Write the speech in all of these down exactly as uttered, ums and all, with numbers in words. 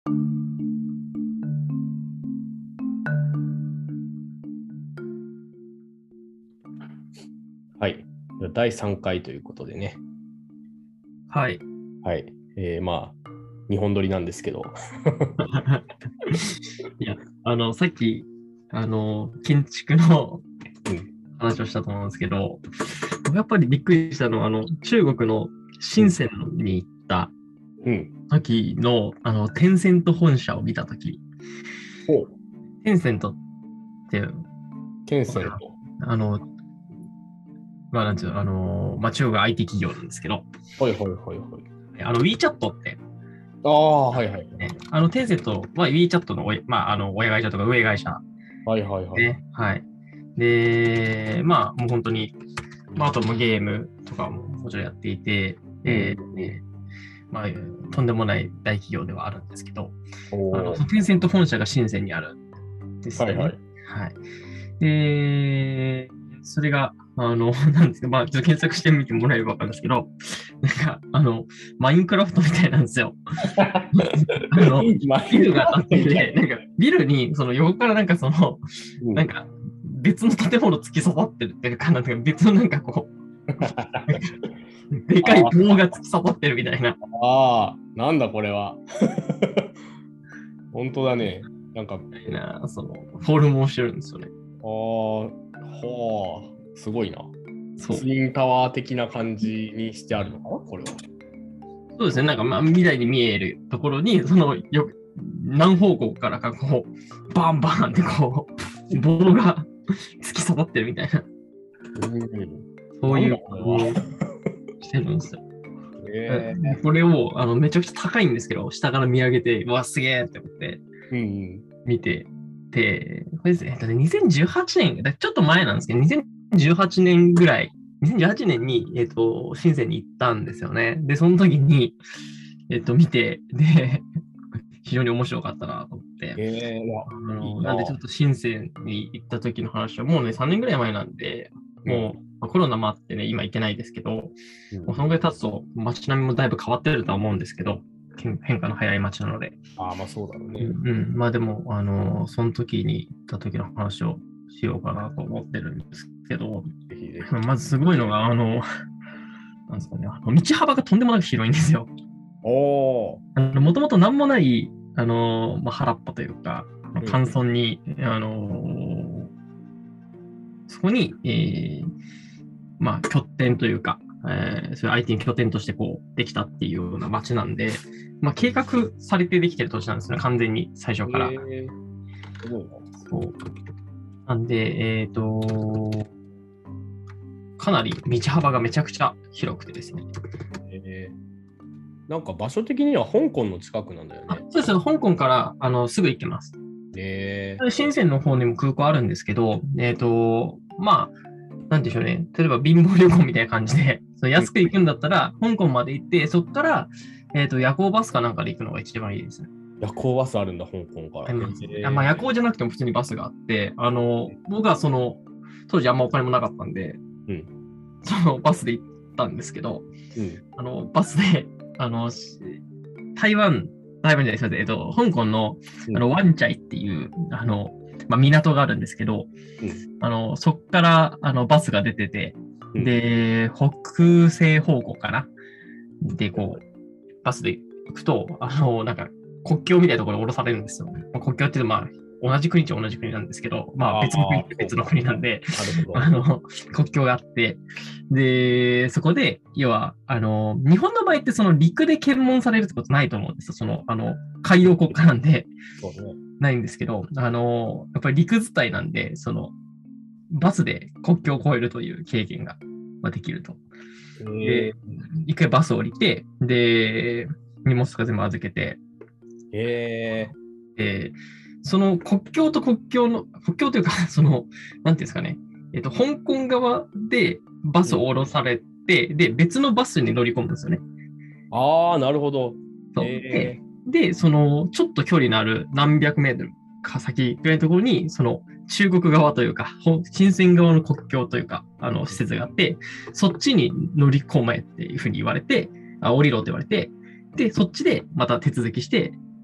はい。だいさんかいということでね。 はい。 はい。えー、まあ、にほん撮りなんですけど。 いや、あの、さっき、あの、建築のうん。 話をしたと思うんですけど、僕やっぱりびっくりしたのは、あの、中国のうん。 深センに行ったうん。 時の、あの、テンセント本社を見た時、 ほう。 テンセントって、 テンセント。 あの、まあ、なんていうの、あの、まあ、中国は アイティー 企業なんですけど、 はいはいはいはい。 あの、WeChat って、 ああ、はいはいはい。 ね、あの、テンセントは WeChat のおい、まあ、あの、親会社とか上会社はいはいはい。 で、はい。で、まあ、もう本当に、まあ、あともゲームとかももちろんやっていて、 うん。 えーねまあ、とんでもない大企業ではあるんですけど、あの、 おー。 テンセント本社が深センにあるんですよね。 はいはい。 はい。で、それが、あの、なんですか、まあ、ちょっと検索してみてもらえればわかるんですけど、なんか、あの、マインクラフトみたいなんですよ。あの、 マイビルがンクラフト建ってて、 みたいな。 なんか、ビルに、その横からなんかその、 うん。 なんか、別の建物突き刺さってるっていうか、なんか別のなんかこう、でかいあ棒が突き刺さってるみたいな。 あ、なんだこれは。本当だね。なんか、 みたいな、その、フォルムをしてるんですよね。 ああ、ほう、すごいな。 そう。 ツインタワー的な感じにしてあるのかな、これは。 そうですね。なんか、まあ、未来に見えるところに、その、よ、何方向からか、こう、バンバンってこう、棒が突き刺さってるみたいな、 うん。なんだそういうこれは。 こうしてるんですよ。 ええ。 これを、あの、めちゃくちゃ高いんですけど、下から見上げて、うわ、すげえって思って、 うん。 見てて、これですね、だってにせんじゅうはちねん、だちょっと前なんですけど、にせんじゅうはちねんぐらい、にせんじゅうはちねんに、えっ、と、深センに行ったんですよね。で、その時に、えっ、と、見て、で、非常に面白かったなと思って、 ええ、いや、 あの、 いいな。 なんでちょっと深センに行った時の話は、もうね、さんねんぐらい前なんで、 うん。 もう、まあコロナもあってね、今行けないですけど、 うん。 もうそのぐらい経つと街並みもだいぶ変わってるとは思うんですけど、変変化の早い街なので。 ああ、まあそうだろうね。 うんうん、まあでも、あの、その時に行った時の話をしようかなと思ってるんですけど、 ぜひぜひ。 まずすごいのが、あの、なんですかね、あの道幅がとんでもなく広いんですよ。 おー。 もともと何もない、あの、まあ、原っぱというか、 うん。 乾村に、あの、そこに、えー、まあ、拠点というか、えー、そういう アイティー の拠点としてこう、できたっていうような街なんで、まあ、計画されてできてる土地なんですね、完全に最初から。 ええ、すごいな。 そうなんで、えっ、と、かなり道幅がめちゃくちゃ広くてですね。 ええ、なんか場所的には香港の近くなんだよあ、 ね。 そうですね、香港からあのすぐ行けます。 え深センの方にも空港あるんですけど、えっ、と、まあ、なんでしょうね、例えば貧乏旅行みたいな感じで、そのえ、うん。 安く行くんだったら、香港まで行って、そこから、えっ、と、夜行バスかなんかで行くのが一番いいですね。 夜行バスあるんだ、香港から。 あります。いやまあ、 え夜行じゃなくても普通にバスがあって、あの、僕はその、当時あんまお金もなかったんで、 え、うん。 そのバスで行ったんですけど、 うん。 あの、バスで、あの、台湾、台湾じゃないですか、えっと、香港の、 うん。 あの、ワンチャイっていう、あの、まあ、港があるんですけど、 うん。 あの、そっから、あの、バスが出てて、 うん。 で、北西方向かなで、こう、バスで行くと、あの、なんか、国境みたいなところに降ろされるんですよ。まあ、国境っていうと、まあ、同じ国っちゃ同じ国なんですけど、まあ、 あ別の国っあ、 て別のそうか。 国なんで、 なるほど。 あの、国境があって、で、そこで、要は、あの、日本の場合ってその陸で検問されるってことないと思うんですよ。その、あの、海洋国家なんで、 そうね。 ないんですけど、あの、やっぱり陸伝いなんで、その、バスで国境を越えるという経験ができると。で、 え一回バス降りて、で、荷物とか全部預けて、 ー、えで、その国境と国境の、国境というか、その、なんていうんですかね、えっと、香港側でバー、うん。 スを降ろされて、で、別のバスに乗り込むんですよね。 ああ、なるほど。 そうで、 えで、その、ちょっと距離のある何百メートルか先ぐらいのところに、その、中国側というか、新鮮側の国境というか、あの、施設があって、そっちに乗り込めっていうふうに言われて、あ、降りろって言われて、で、そっちでまた手続きして、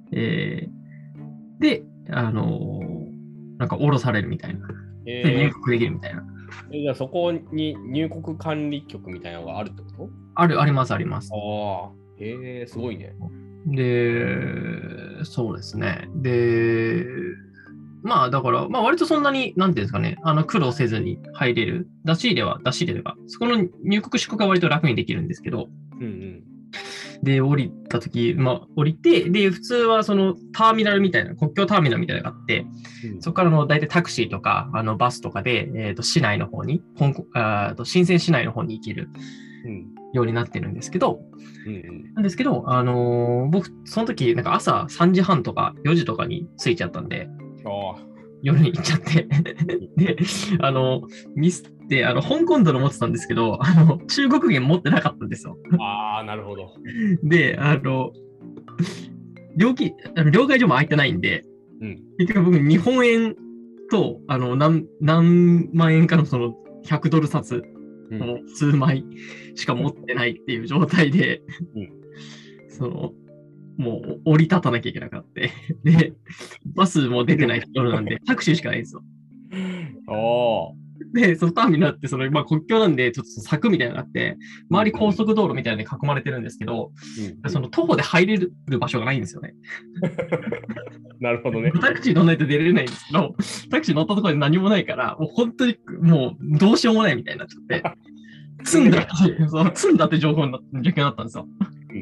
えー、で、あのーなんか降ろされるみたいな。で、入え国できるみたいな。 ー、えじゃあそこに入国管理局みたいなのがあるってこある、あります、あります。 と？ああ、へえ、すごいね。 で、そうですね。で、まあだから、まあ割とそんなに、なんていうんですかね、あの苦労せずに入れる。出し入れは出し入れが、そこの入国出国は割と楽にできるんですけど、 うんうん。 で、降りたとき、まあ降りて、で、普通はそのターミナルみたいな、国境ターミナルみたいなのがあって、 うんそこからの大体タクシーとか、あのバスとかで、えーと市内の方に、香港あーと深セン市内の方に行けるうんようになってるんですけど、 うんうんなんですけど、あのー僕、その時、なんか朝さんじはんとかよじとかに着いちゃったんで、 あ夜に行っちゃってで、あの、ミスって、あの、香港ドル持ってたんですけど、あの、中国元持ってなかったんですよ。 あ、ああ、なるほど。 で、あの、料金、あの両替所も空いてないんで、 うん。 結局僕、日本円と、あの、何、何万円かのそのひゃくドル札うんを数枚しか持ってないっていう状態で、 うんその、もう降り立たなきゃいけなかった。で、バスも出てないところなんで、タクシーしかないんですよ。 ああ、 で、そのターミナルって、その、まあ、国境なんで、ちょっと柵みたいなのがあって、周り高速道路みたいなので囲まれてるんですけど、 うん、 その徒歩で入れる場所がないんですよね。 なるほどね。 タクシー乗らないと出れないんですけど、タクシー乗ったところで何もないから、もう本当にもうどうしようもないみたいになっちゃって、積んだって、そう積んだって情報にな状況になったんですよ。 うん、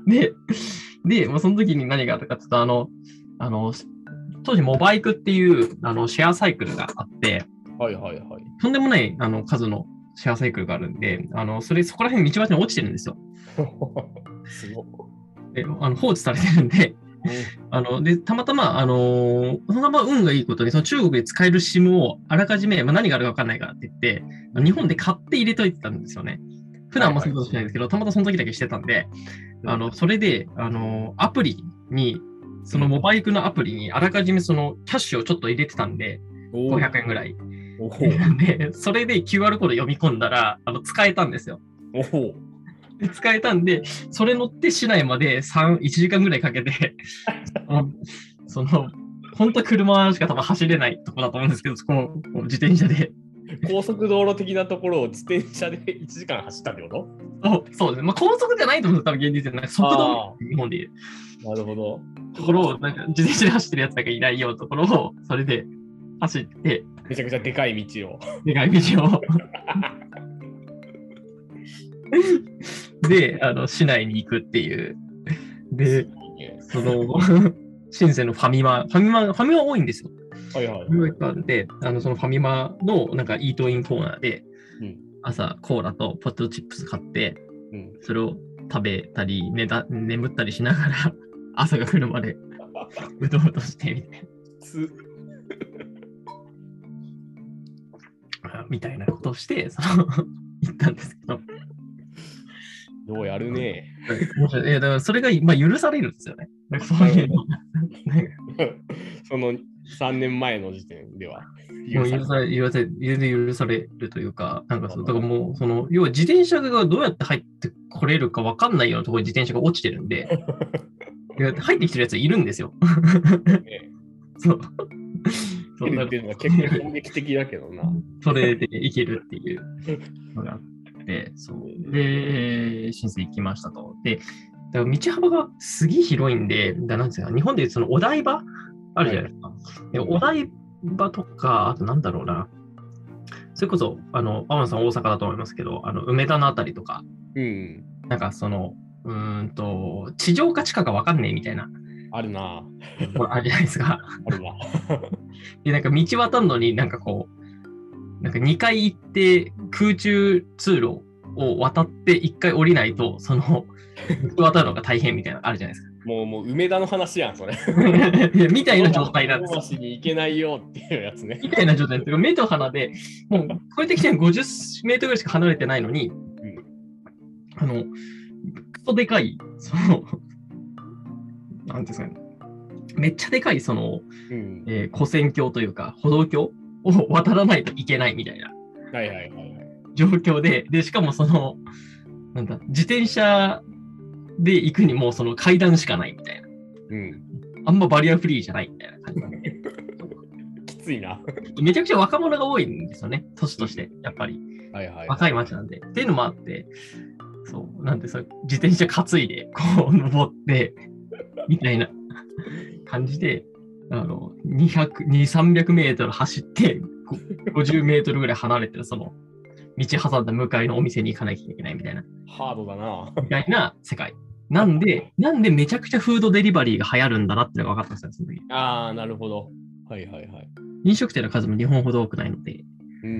で、で、まあ、その時に何があったかっていうと、あの、あの、当時モバイクっていうあのシェアサイクルがあって、 はいはいはい。 とんでもないあの数のシェアサイクルがあるんで、あのそれそこら辺道端に落ちてるんですよ。 すごであの放置されてるんで、あのでたまたま、あのー、そのまま運がいいことに、その中国で使える SIM をあらかじめ、まあ、何があるか分かんないからって言って、日本で買って入れといてたんですよね。普段はそういうことしないんですけど、はいはい、たまたまその時だけしてたんで、あのそれで、あのー、アプリに、そのモバイクのアプリにあらかじめそのキャッシュをちょっと入れてたんで、ごひゃくえんぐらい。で、それで キューアール コード読み込んだら、あの使えたんですよ。で使えたんで、それ乗って市内までさん、いちじかんぐらいかけて、その、本当は車しか多分走れないとこだと思うんですけど、そこの自転車で。 高速道路的なところを自転車でいちじかん走ったってこと？ そうですね。まあ、高速じゃないと思うんですよ、多分現実で。なんか速度、日本でいう。 なるほど。 ところを、なんか自転車で走ってるやつだけいないようなところを、それで走って、 めちゃくちゃでかい道を。 でかい道を。で、あの、市内に行くっていう。で、その、深センのファミマ、ファミマ、ファミマ多いんですよ。 はいはい、はい。 ファミマで、あの、そのファミマのなんかイートインコーナーで、うん、朝コーラとポテトチップス買って、うん、それを食べたり、寝た眠ったりしながら、朝が来るまで、うとうとしてみたいな。みたいなことをして、その、行ったんですけど。 どうやるね。 いや、だからそれが、まあ、許されるんですよね。そういうのそのさんねんまえの時点では。 もう許され、許され、全然許されるというか、なんかそう、だからもう、その、要は自転車がどうやって入ってこれるか分かんないようなところに自転車が落ちてるんで、入ってきてるやついるんですよ。そう。 そうだっていうのは結構攻撃的だけどな。 それでいけるっていうのがあって、そう。で、申請行きましたと。で、だから道幅がすげえ広いんで、だなんですか、日本でそのお台場あるじゃないですか。はい、でお台場とか、あとなんだろうな。それこそ、あの、天野さん大阪だと思いますけど、あの梅田のあたりとか、うん、なんかその、うーんと、地上か地下か分かんねえみたいな。 あるな。 あるじゃないですか。 あるな。 で、なんか道渡るのになんかこう、なんかにかい行って空中通路を渡っていっかい降りないと、その、道渡るのが大変みたいなのあるじゃないですか。 もう、もう梅田の話やん、それ。 みたいな状態なんですよ。 橋に行けないよっていうやつね。 みたいな状態で、目と鼻で、もう、これ的にはごじゅっメートルぐらいしか離れてないのに、うん、あの、クソでかい、その、なんですかね、めっちゃでかい、その、うんえー、跨線橋というか、歩道橋を渡らないといけないみたいな状況で、で、しかもその、なんだ、自転車で行くにもその階段しかないみたいな。うん、 あんまバリアフリーじゃないみたいな感じなんで。 きついな。 めちゃくちゃ若者が多いんですよね、都市として、やっぱり。 はいはい、はい。 若い街なんで。っていうのもあって、そう、なんでそ自転車担いで、こう、登って、みたいな感じで、あの、にひゃく、にひゃく、さんびゃくメートル走って、ごじゅうメートルぐらい離れてる、その、道挟んだ向かいのお店に行かなきゃいけないみたいな。 ハードだな。 みたいな世界。なんで、なんでめちゃくちゃフードデリバリーが流行るんだなっていうのが分かったんですよ、その時。 ああ、なるほど。はいはいはい。 飲食店の数も日本ほど多くないので。 うん。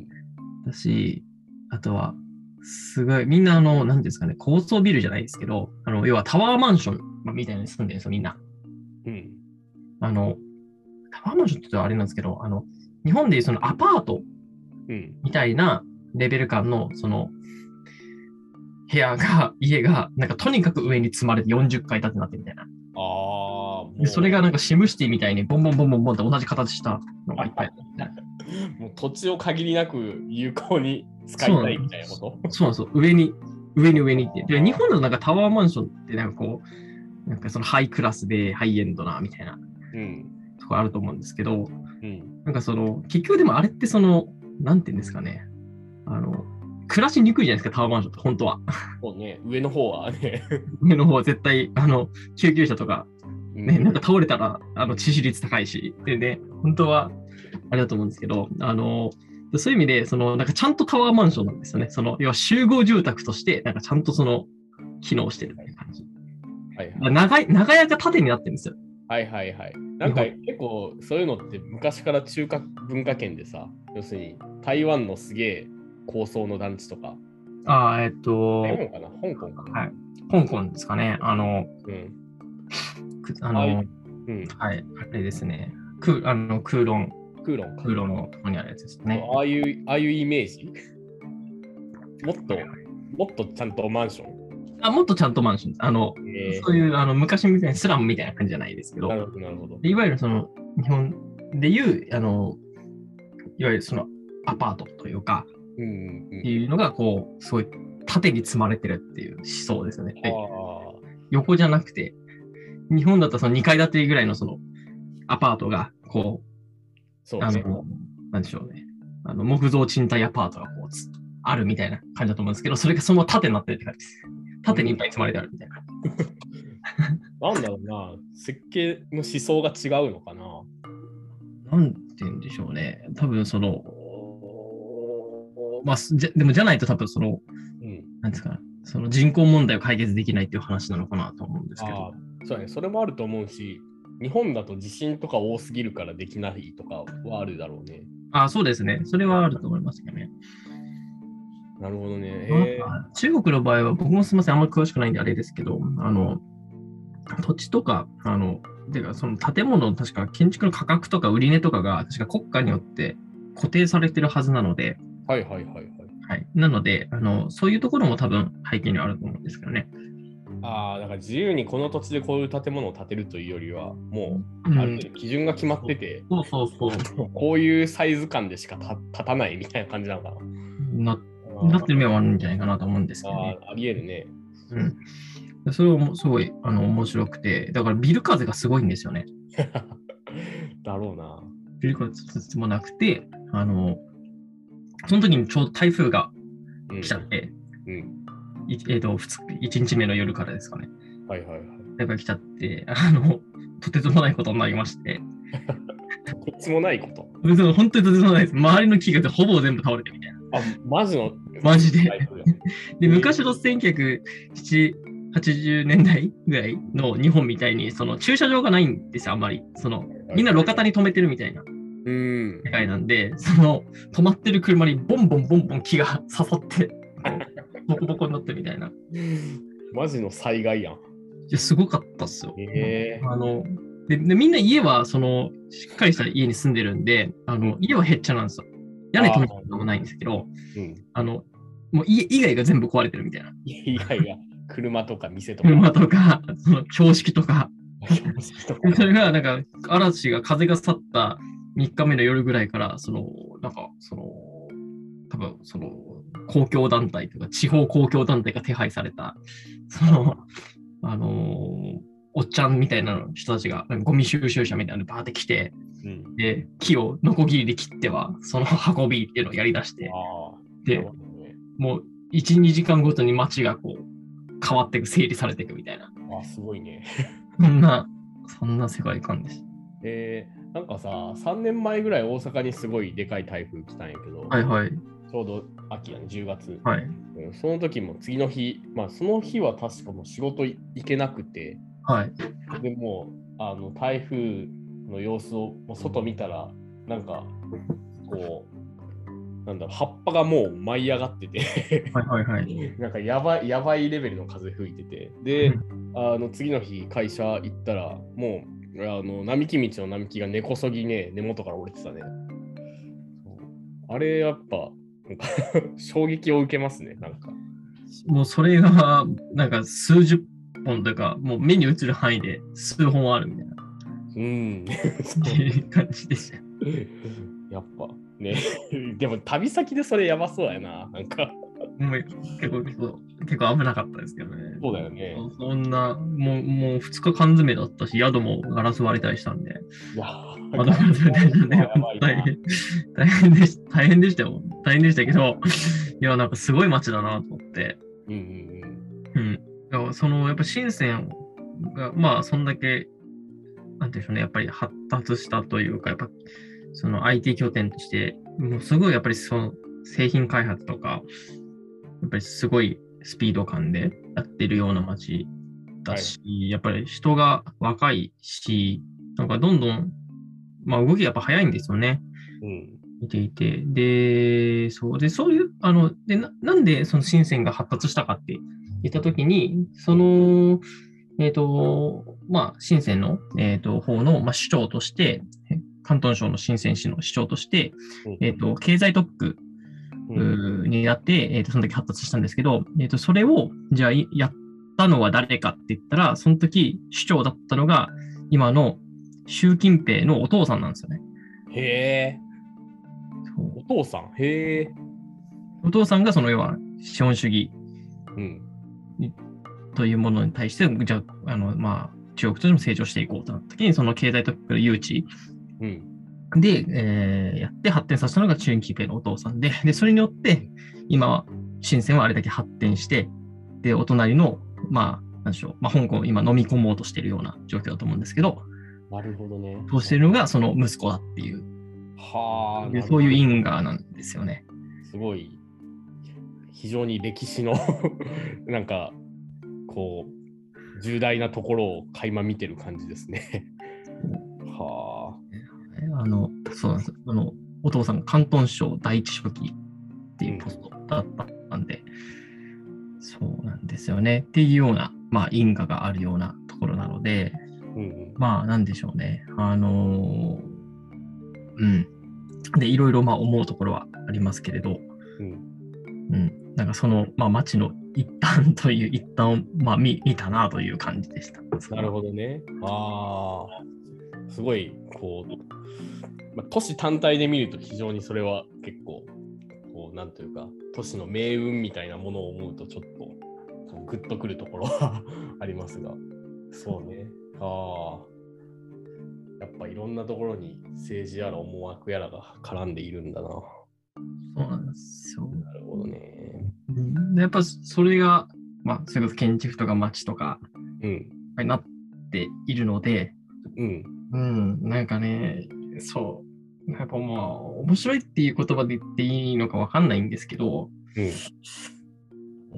だし、あとは、すごい、みんなあの、何ですかね、高層ビルじゃないですけど、あの、要はタワーマンションみたいなのに住んでるんですよ、みんな。 うん。 あの、タワーマンションって言ったらあれなんですけど、あの、日本でいうそのアパートみたいなレベル感の、その、部屋が、家が、なんかとにかく上に積まれてよんじゅっかい建てになってるみたいな。 ああ、もで、それがなんかシムシティみたいにボンボンボンボンボンって同じ形したのがいっぱいある。 もう土地を限りなく有効に使いたいみたいなことそうなんですよ。上に、上に上にって。で、日本のなんかタワーマンションってなんかこう、なんかそのハイクラスでハイエンドなみたいなところあると思うんですけど、 うん、 なんかその、結局でもあれってその、なんていうんですかね。あの、暮らしにくいじゃないですか、タワーマンションって本当は。 そうね、上の方はね。 上の方は絶対、あの、救急車とか、ね、 うん、 なんか倒れたら、あの、致死率高いし、でね、本当は、あれだと思うんですけど、あの、そういう意味で、その、なんかちゃんとタワーマンションなんですよね。その、要は集合住宅として、なんかちゃんとその、機能してるっていう感じ。 はいはい、 長い、長屋が縦になってるんですよ。 はいはいはい。なんか結構そういうのって昔から中華文化圏でさ、要するに台湾のすげえ高層の団地とか。 ああ、えっと、 台湾かな香港かなはい。香港ですかね。あの、 うん。 あの、 あいうん、 はい、あれですね。クあの空論、 クーロンか。 空論のところにあるやつですね。 ああいう、ああいうイメージもっと、もっとちゃんとマンションあ、もっとちゃんとマンションです。あの、 えー、 そういうあの昔みたいなスラムみたいな感じじゃないですけど、 なるほど、なるほど。 いわゆるその日本でいう、あの、いわゆるそのアパートというか、 うんうん、 っていうのが、こう、すごい縦に積まれてるっていう思想ですよね。であ横じゃなくて、日本だったらそのにかい建てぐらいのそのアパートが、こう、 そうね、 あの、なんでしょうね。あの木造賃貸アパートがこうあるみたいな感じだと思うんですけど、それがその縦になってるって感じです。縦にいっぱい積まれてあるみたいな。 なんだろうな、設計の思想が違うのかな。 なんて言うんでしょうね。多分その、まあ、じゃでもじゃないと多分その、うん、なんですか、その人口問題を解決できないっていう話なのかなと思うんですけど。 あそうね、それもあると思うし、日本だと地震とか多すぎるからできないとかはあるだろうね。 あそうですね。それはあると思いますけどね。 なるほどね。 中国の場合は、僕もすみません、あんまり詳しくないんであれですけど、あの、土地とか、あの、てかその建物の確か建築の価格とか売値とかが確か国家によって固定されてるはずなので、 はいはいはいはい。 はい、なのであの、そういうところも多分背景にはあると思うんですけどね。 ああ、だから自由にこの土地でこういう建物を建てるというよりは、もう、ある程度基準が決まってて、 うん、そうそうそう。 こういうサイズ感でしか立たないみたいな感じなのかな。ななってる面はあるんじゃないかなと思うんですけど、ね、 ああ、ありえるね。 うん。それもすごいあの面白くて、だからビル風がすごいんですよね。 だろうな。 ビル風もなくて、あの、その時にちょうど台風が来ちゃって、うんうん、いえー、といちにちめの夜からですかね。 はいはいはい。 台風が来ちゃって、あの、とてつもないことになりまして。 とてつもないこと本当にとてつもないです。周りの木がほぼ全部倒れてみたいな。 あ、マジのマジで。で、昔のせんきゅうひゃくはちじゅうねんだいぐらいの日本みたいに、その駐車場がないんですよ、あんまり。その、みんな路肩に止めてるみたいな世界なんで、その、止まってる車にボンボンボンボン木が刺さって、ボコボコになってるみたいな。 マジの災害やん。いや、すごかったっすよ。 えー、 あのででみんな家はそのしっかりした家に住んでるんで、あの家はへっちゃなんですよ。屋根止めたこともないんですけど、うん、あのもう家以外が全部壊れてるみたいな。 以外が車とか店とか。 車とか、その標識とか。それがなんか嵐が風が去ったみっかめの夜ぐらいから、そのなんかその多分その公共団体とか地方公共団体が手配された、そのあのーおっちゃんみたいな人たちが、ゴミ収集車みたいなのバーって来て、 うん、 で、木をノコギリで切っては、その運びっていうのをやり出して、 あで、ね、もういち、にじかんごとに街がこう変わっていく、整理されていくみたいな。 あ、すごいね。 そんな、そんな世界観です。 えー、なんかさ、さんねんまえぐらい大阪にすごいでかい台風来たんやけど、 はいはい。 ちょうど秋やね、じゅうがつ。 はい。 うん、その時も次の日、まあその日は確かもう仕事行けなくて、 はい。 でもあの台風の様子をもう外見たら、なんかこう、なんだろう、葉っぱがもう舞い上がっててはいはいはい。 なんかやばい、やばいレベルの風吹いてて、で、あの次の日会社行ったら、もうあの並木道の並木が根こそぎね、根元から折れてたね。あれやっぱ、なんか衝撃を受けますね、なんか。 もうそれが、なんか数十本というか、もう目に映る範囲で数本あるみたいな。 うん。 感じでした。 やっぱね。でも旅先でそれやばそうやな。なんか。 もう結構結構、結構危なかったですけどね。 そうだよね。 そんな、もう、もうふつか缶詰だったし、宿もガラス割れたりしたんで。 いやまだガラス割れたんで、大変、大変でした。大変でしたよ。大変でしたけど、いや、なんかすごい街だなと思って。 うんうんうん。だからその、やっぱ深センが、まあ、そんだけ、なんていうんでしょうね、やっぱり発達したというか、やっぱ、その アイティー 拠点として、もうすごいやっぱりその製品開発とか、やっぱりすごいスピード感でやってるような街だし、はい、やっぱり人が若いし、なんかどんどん、まあ動きがやっぱ早いんですよね。 うん、 見ていて。で、そうで、そういう、あの、で、ななんでその深センが発達したかって言ったときに、その、うんえっ、ー、と、まあ、深センの、えっ、ー、と、方の、まあ、市長として、広東省の深セン市の市長として、えっ、ー、と、経済特区になって、えっ、と、その時発達したんですけど、えっ、と、それを、じゃあ、やったのは誰かって言ったら、その時、市長だったのが、今の習近平のお父さんなんですよね。 へえ。お父さんへえ。 お父さんが、その、要は、資本主義。 うん。 というものに対して、じゃあ、あの、まあ、中国としても成長していこうとなった時に、その経済特区の誘致で、うんえー、やって発展させたのが習近平のお父さんで、で、それによって、今、深センはあれだけ発展して、で、お隣の、まあ、なんでしょう、まあ、香港を今飲み込もうとしているような状況だと思うんですけど、 なるほどね。 そうしているのがその息子だっていう、 はあ、 そういう因果なんですよね。 すごい、非常に歴史のなんか、こう、重大なところを垣間見てる感じですね。はあ。あの、そうなんです。あの、お父さんが広東省第一書記っていうポストだったんで、うん、そうなんですよね。っていうような、まあ、因果があるようなところなので、うんうん、まあ、なんでしょうね。あのー、うん。で、いろいろまあ思うところはありますけれど、うん。うん、なんかその、まあ、街の一端という、一端を、まあ見、見たなという感じでした。 なるほどね。ああ、すごい、こう、まあ、都市単体で見ると非常にそれは結構、こう、なんというか、都市の命運みたいなものを思うとちょっと、グッとくるところはありますが、そうね。ああ、やっぱいろんなところに政治やら思惑やらが絡んでいるんだな。 そうなんですよ。 なるほどね。 やっぱそれが、まあ、それこそ建築とか街とか、うん、なっているので、うん、うん、なんかね、そう、やっぱまあ、面白いっていう言葉で言っていいのかわかんないんですけど、うん、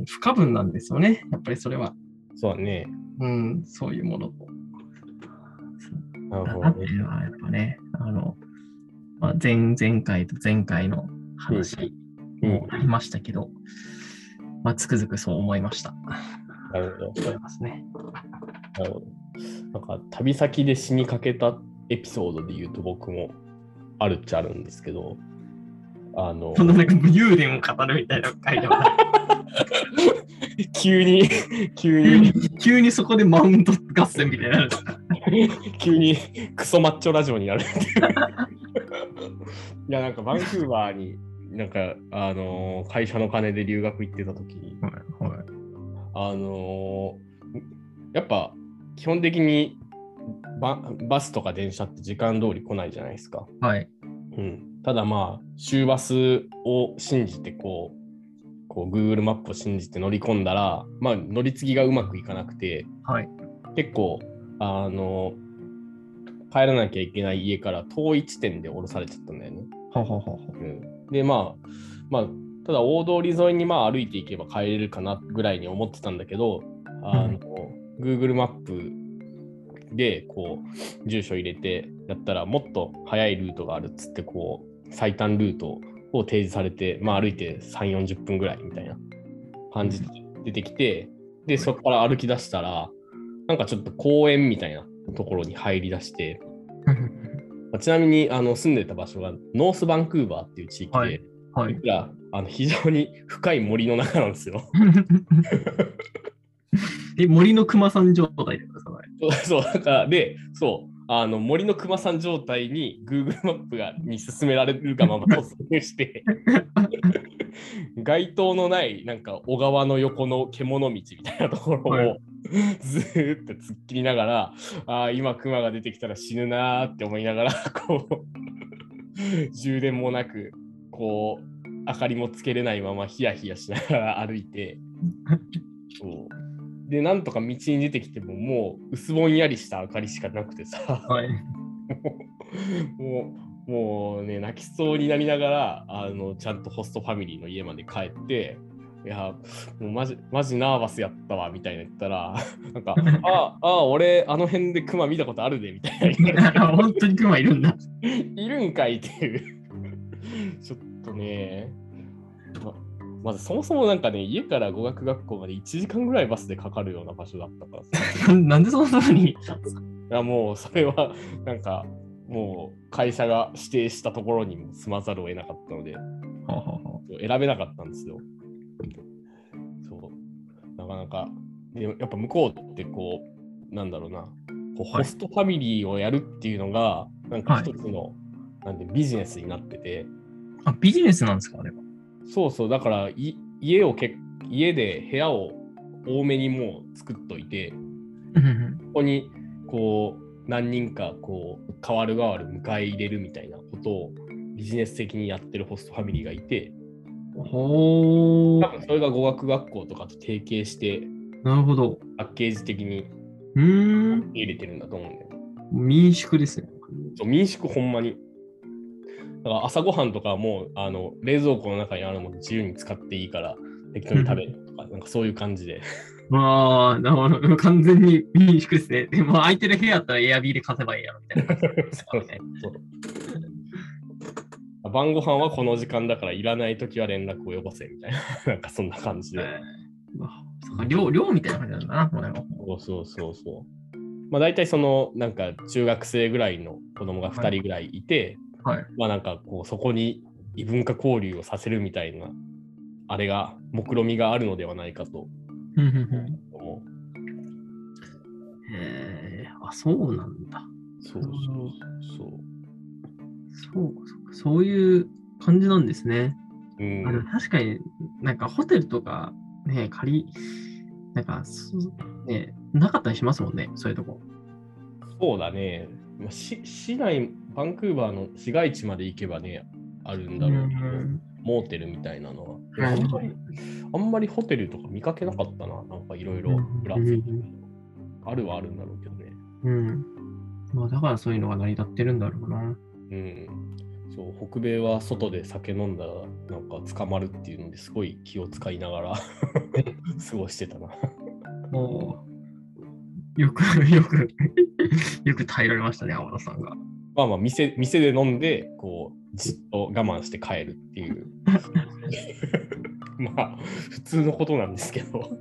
不可分なんですよね、やっぱりそれは。 そうだね。 うん、そういうものと。 なるほどね。 だっていうのはやっぱね、あの、まあ、前々回と前回の話もありましたけど、うんうん、まあ、つくづくそう思いました。 なるほど。 思いますね。 なるほど。なんか旅先で死にかけたエピソードで言うと僕もあるっちゃあるんですけど、あの、 そんななんか武勇伝を語るみたいな回ではない。 急に急に急にそこでマウント合戦みたいになる。 急にクソマッチョラジオになるっていう。いやなんかバンクーバーになんかあのー、会社の金で留学行ってた時に、はいはい、あのー、やっぱ基本的にバ、バスとか電車って時間通り来ないじゃないですか。 はい。 うん、ただまあ、終バスを信じてこう、こう Google マップを信じて乗り込んだら、まあ、乗り継ぎがうまくいかなくて、 はい。 結構、あの、帰らなきゃいけない家から遠い地点で降ろされちゃったんだよね。 ほうほうほうほう。 うん、で、まあ、まあ、ただ大通り沿いにまあ歩いていけば帰れるかなぐらいに思ってたんだけど、あの、うん、Google マップでこう住所入れてやったらもっと早いルートがあるっつってこう最短ルートを提示されて、まあ、歩いてさんじゅう、よんじゅっぷんぐらいみたいな感じで出てきて、でそこから歩き出したらなんかちょっと公園みたいなところに入り出してちなみにあの住んでた場所がノースバンクーバーっていう地域で、はいはい、いくらあの非常に深い森の中なんですよ。 え、森の熊さん状態ですか？ そう、だからで、そう、あの森の熊さん状態に Google マップがに進められるがまま突入して、街灯のないなんか小川の横の獣道みたいなところを、はい、ずーっと突っ切りながら、ああ、今熊が出てきたら死ぬなーって思いながら、こう、充電もなく、こう、明かりもつけれないままヒヤヒヤしながら歩いて、そうで、なんとか道に出てきても、もう薄ぼんやりした明かりしかなくてさ、はい、もう、もうね、泣きそうになりながら、あの、ちゃんとホストファミリーの家まで帰って、いや、もうマジ、マジナーバスやったわ、みたいな言ったら、なんか、ああ、俺、あの辺でクマ見たことあるで、みたいな。 本当にクマいるんだ。 いるんかいっていう。ちょっとね、ままずそもそもなんかね、家から語学学校までいちじかんぐらいバスでかかるような場所だったからなんでそんな風に行ったんですか？ いやもうそれはなんかもう会社が指定したところにも住まざるを得なかったので、はあはあ、選べなかったんですよ。そう。なかなか、でやっぱ向こうってこう、なんだろうな、こうホストファミリーをやるっていうのが、なんか一つの、はい、なんでビジネスになってて。 あ、ビジネスなんですか、あれは。 そうそう、だからい家をけ家で部屋を多めにもう作っといて、ここにこう何人かこう代わる代わる迎え入れるみたいなことをビジネス的にやってるホストファミリーがいて、 ほー、 多分それが語学学校とかと提携して、 なるほど。 パッケージ的にうーん入れてるんだと思うんだよね。 民宿ですね。 そう、民宿ほんまに。だから朝ごはんとかもうあの冷蔵庫の中にあるもの自由に使っていいから適当に食べるとか、なんかそういう感じで。 まあ、なるほど。完全に民宿ですね。でも空いてる部屋だったらエアビーで貸せばいいやろみたいな。そうそうそう晩ご飯はこの時間だからいらないときは連絡をよこせみたいな。なんかそんな感じで。えー、寮、寮みたいな感じなんだな、これは。 そうそうそうそう。まあ大体そのなんか中学生ぐらいの子供がふたりぐらいいて、はいはい、まあなんかこうそこに異文化交流をさせるみたいなあれが目論みがあるのではないかと思う。 へえ、あ、そうなんだ。 そうそうそう。 そうそういう感じなんですね。 うん、 あでも確かになんかホテルとかね借りなんかねなかったりしますもんね、そういうとこ。 そうだね。市, 市内、バンクーバーの市街地まで行けばね、あるんだろうけど、モーテルみたいなのは。あんまり、あんまりホテルとか見かけなかったな。なんかいろいろプラスあるはあるんだろうけどね。 うん。まあだからそういうのが成り立ってるんだろうな。 うん。そう、北米は外で酒飲んだらなんか捕まるっていうのですごい気を使いながら過ごしてたな。 もうよくよくよく耐えられましたね、天野さんが。 まあまあ店、店で飲んで、こう、じっと我慢して帰るっていう。まあ、普通のことなんですけど。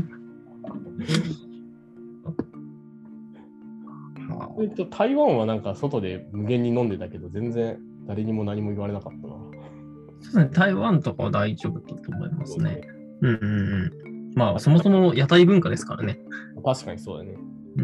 えっと、台湾はなんか外で無限に飲んでたけど、全然誰にも何も言われなかったな。 そうですね、台湾とかは大丈夫だと思いますね。うんうんうん。まあ、そもそも屋台文化ですからね。 確かにそうだね。 うん。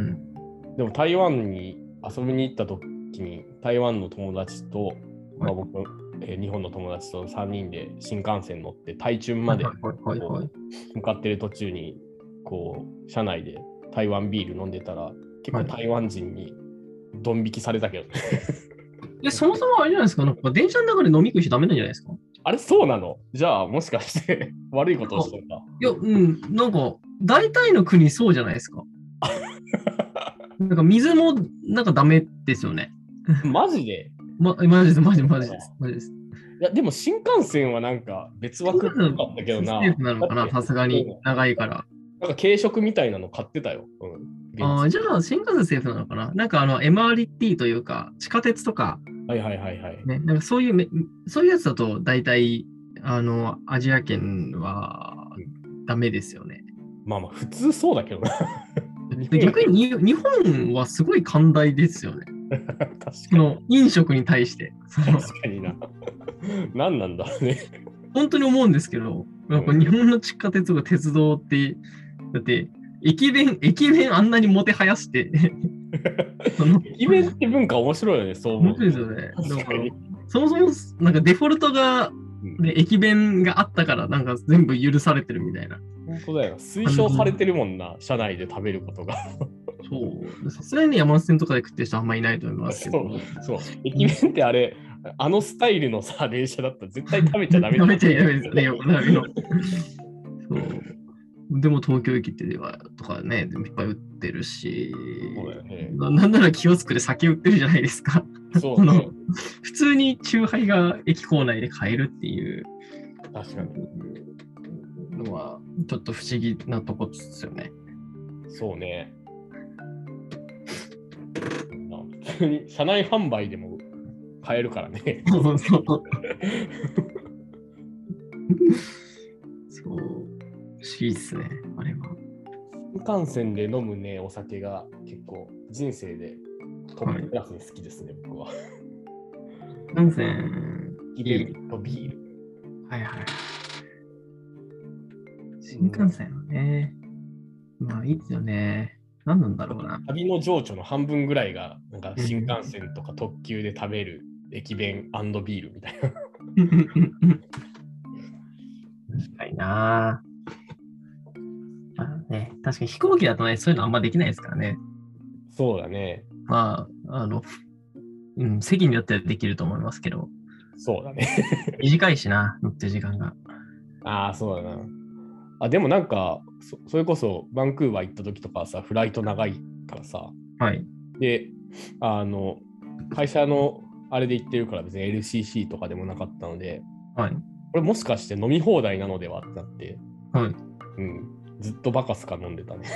でも台湾に遊びに行った時に、台湾の友達と、まあ、僕、えー、日本の友達とさんにんで新幹線乗って台中まで向かってる途中に、こう、車内で台湾ビール飲んでたら、 結構台湾人にドン引きされたけどね。 いや、そもそもあれじゃないですか、なんか電車の中で飲み食いしちゃダメなんじゃないですか。 あれ、そうなの？じゃあ、もしかして悪いことをしたのか。 いや、うん、なんか、大体の国そうじゃないですか。なんか水もなんかダメですよね。 マジで？ ま、マジです、マジマジです。マジです。 いや、でも新幹線はなんか別枠っぽかったけどな。 セーフなのかな、さすがに長いから。 なんか軽食みたいなの買ってたよ。 うん、ああ、じゃあ新幹線セーフなのかな。なんかあの エムアールティー というか、地下鉄とか、 はいはいはいはい。 ね、なんかそういうめ、そういうやつだと大体、あの、アジア圏はダメですよね。 まあまあ、普通そうだけどな。 で逆に日本はすごい寛大ですよね。 確かその飲食に対して。その確かにな。何なんだろうね。 本当に思うんですけど、なんか日本の地下鉄とか鉄道って、だって、駅弁、駅弁あんなにもてはやしてその、 駅弁って文化面白いよね、そう思う。 面白いですよね。 確かに。 そもそも、なんかデフォルトが、ね、駅弁があったから、なんか全部許されてるみたいな。 本当だよ。推奨されてるもんな、車内で食べることが。 そう。さすがにね、山手線とかで食ってる人あんまいないと思いますけど。 そう、そう。駅弁ってあれ、あのスタイルのさ、電車だったら絶対食べちゃダメだ。 食べちゃダメですよね、横並びの。そう。でも東京駅ってではとかね、いっぱい売ってるし、 そうだよね。 ななんならキオスクで酒売ってるじゃないですか。 そうね。 普通に酎ハイが駅構内で買えるっていう確かに。 のはちょっと不思議なとこですよね。 そうね。普通に車内販売でも買えるからね。 そうそうそう。そう、不思議ですね、あれは。 新幹線で飲むね、お酒が結構人生でトップクラスに好きですね、はい、僕は。 新幹線。 イベントビール。 はいはい。新幹線はね、まあいいですよね。何なんだろうな。 旅の情緒の半分ぐらいが、なんか新幹線とか特急で食べる駅弁&ビールみたいな。確かにな。まあね、確かに飛行機だとね、そういうのあんまできないですからね。 そうだね。 まあ、あの、うん、席によってはできると思いますけど。 そうだね。 短いしな、乗ってる時間が。 ああ、そうだな。あ、でもなんかそ、それこそバンクーバー行った時とかさ、フライト長いからさ。 はい。 で、あの、会社のあれで行ってるから別に エルシーシー とかでもなかったので、 はい。 これもしかして飲み放題なのではってなって、 はい。 うん、ずっとバカスカ飲んでたね。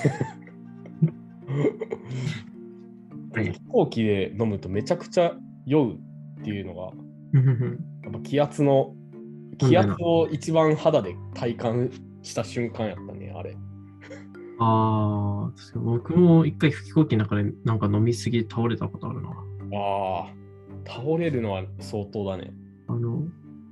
飛行機で飲むとめちゃくちゃ酔うっていうのが、やっぱ気圧の、気圧を一番肌で体感した瞬間やったね、あれ。 ああ、僕も一回飛行機の中でなんか飲みすぎ倒れたことあるな。 ああ、倒れるのは相当だね。 あの、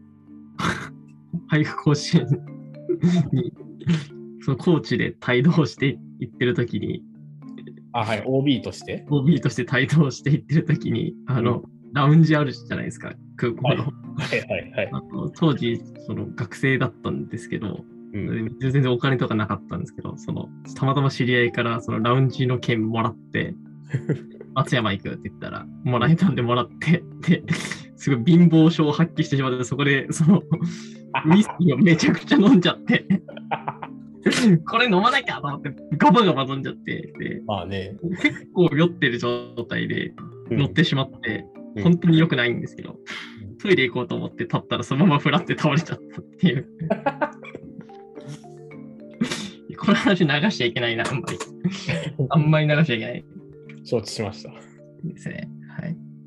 俳句甲子園に、そのコーチで帯同して行ってるときに、 あ、はい、オービー としてオービー として帯同して行ってるときに、あの、うん、ラウンジあるじゃないですか、空港の。はいはいはい、はい、 あの当時、その学生だったんですけど、うん、全然お金とかなかったんですけど、そのたまたま知り合いからそのラウンジの券もらって、松山行くって言ったら、もらえたんでもらって、で、すごい貧乏症を発揮してしまって、そこでそのウイスキーをめちゃくちゃ飲んじゃって、これ飲まなきゃと思って、ガバガバ飲んじゃって、でまあね、 結構酔ってる状態で乗ってしまって、うん、本当に良くないんですけど、うん、トイレ行こうと思って立ったらそのままフラって倒れちゃったっていう。この話流しちゃいけないな、あんまり。あんまり流しちゃいけない。 承知しました。 ですね。はい。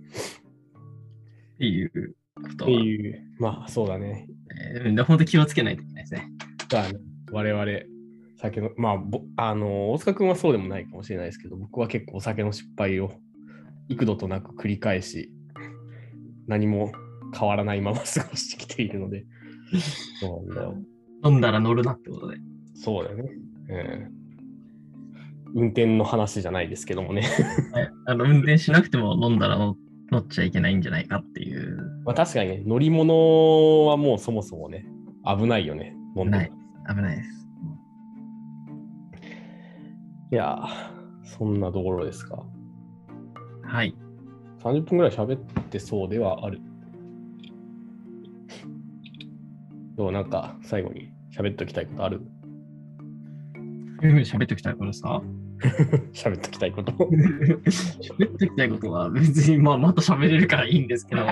っていうことは。っていう、まあそうだね。 えー、本当に気をつけないといけないですね。 だね、我々、酒の、まあ、ぼあの、大塚君はそうでもないかもしれないですけど、僕は結構お酒の失敗を幾度となく繰り返し、何も変わらないまま過ごしてきているので。そうなんだよ。 飲んだら乗るなってことで。 そうだよね。えー運転の話じゃないですけどもね。 あの運転しなくても飲んだら乗っちゃいけないんじゃないかっていう。 まあ、確かにね、乗り物はもうそもそもね、危ないよね。 飲んでない。危ないです。 いやそんなところですか。 はい。 さんじゅっぷんぐらい喋ってそうではある。どうなんか最後に喋っときたいことある？ 喋っておきたいことですか？ 喋っときたいこと。 喋っておきたいことは別に、まあ、また喋れるからいいんですけど。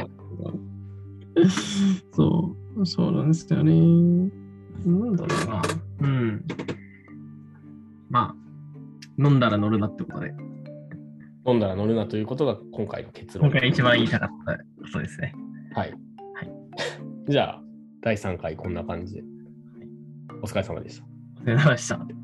そう、そうなんですよね。なんだろうな。うん。まあ、飲んだら乗るなってことで。 飲んだら乗るなということが今回の結論。 今回一番言いたかったことですね。 はい。はい、じゃあ、だいさんかいこんな感じで。お疲れ様でした。 お疲れ様でした。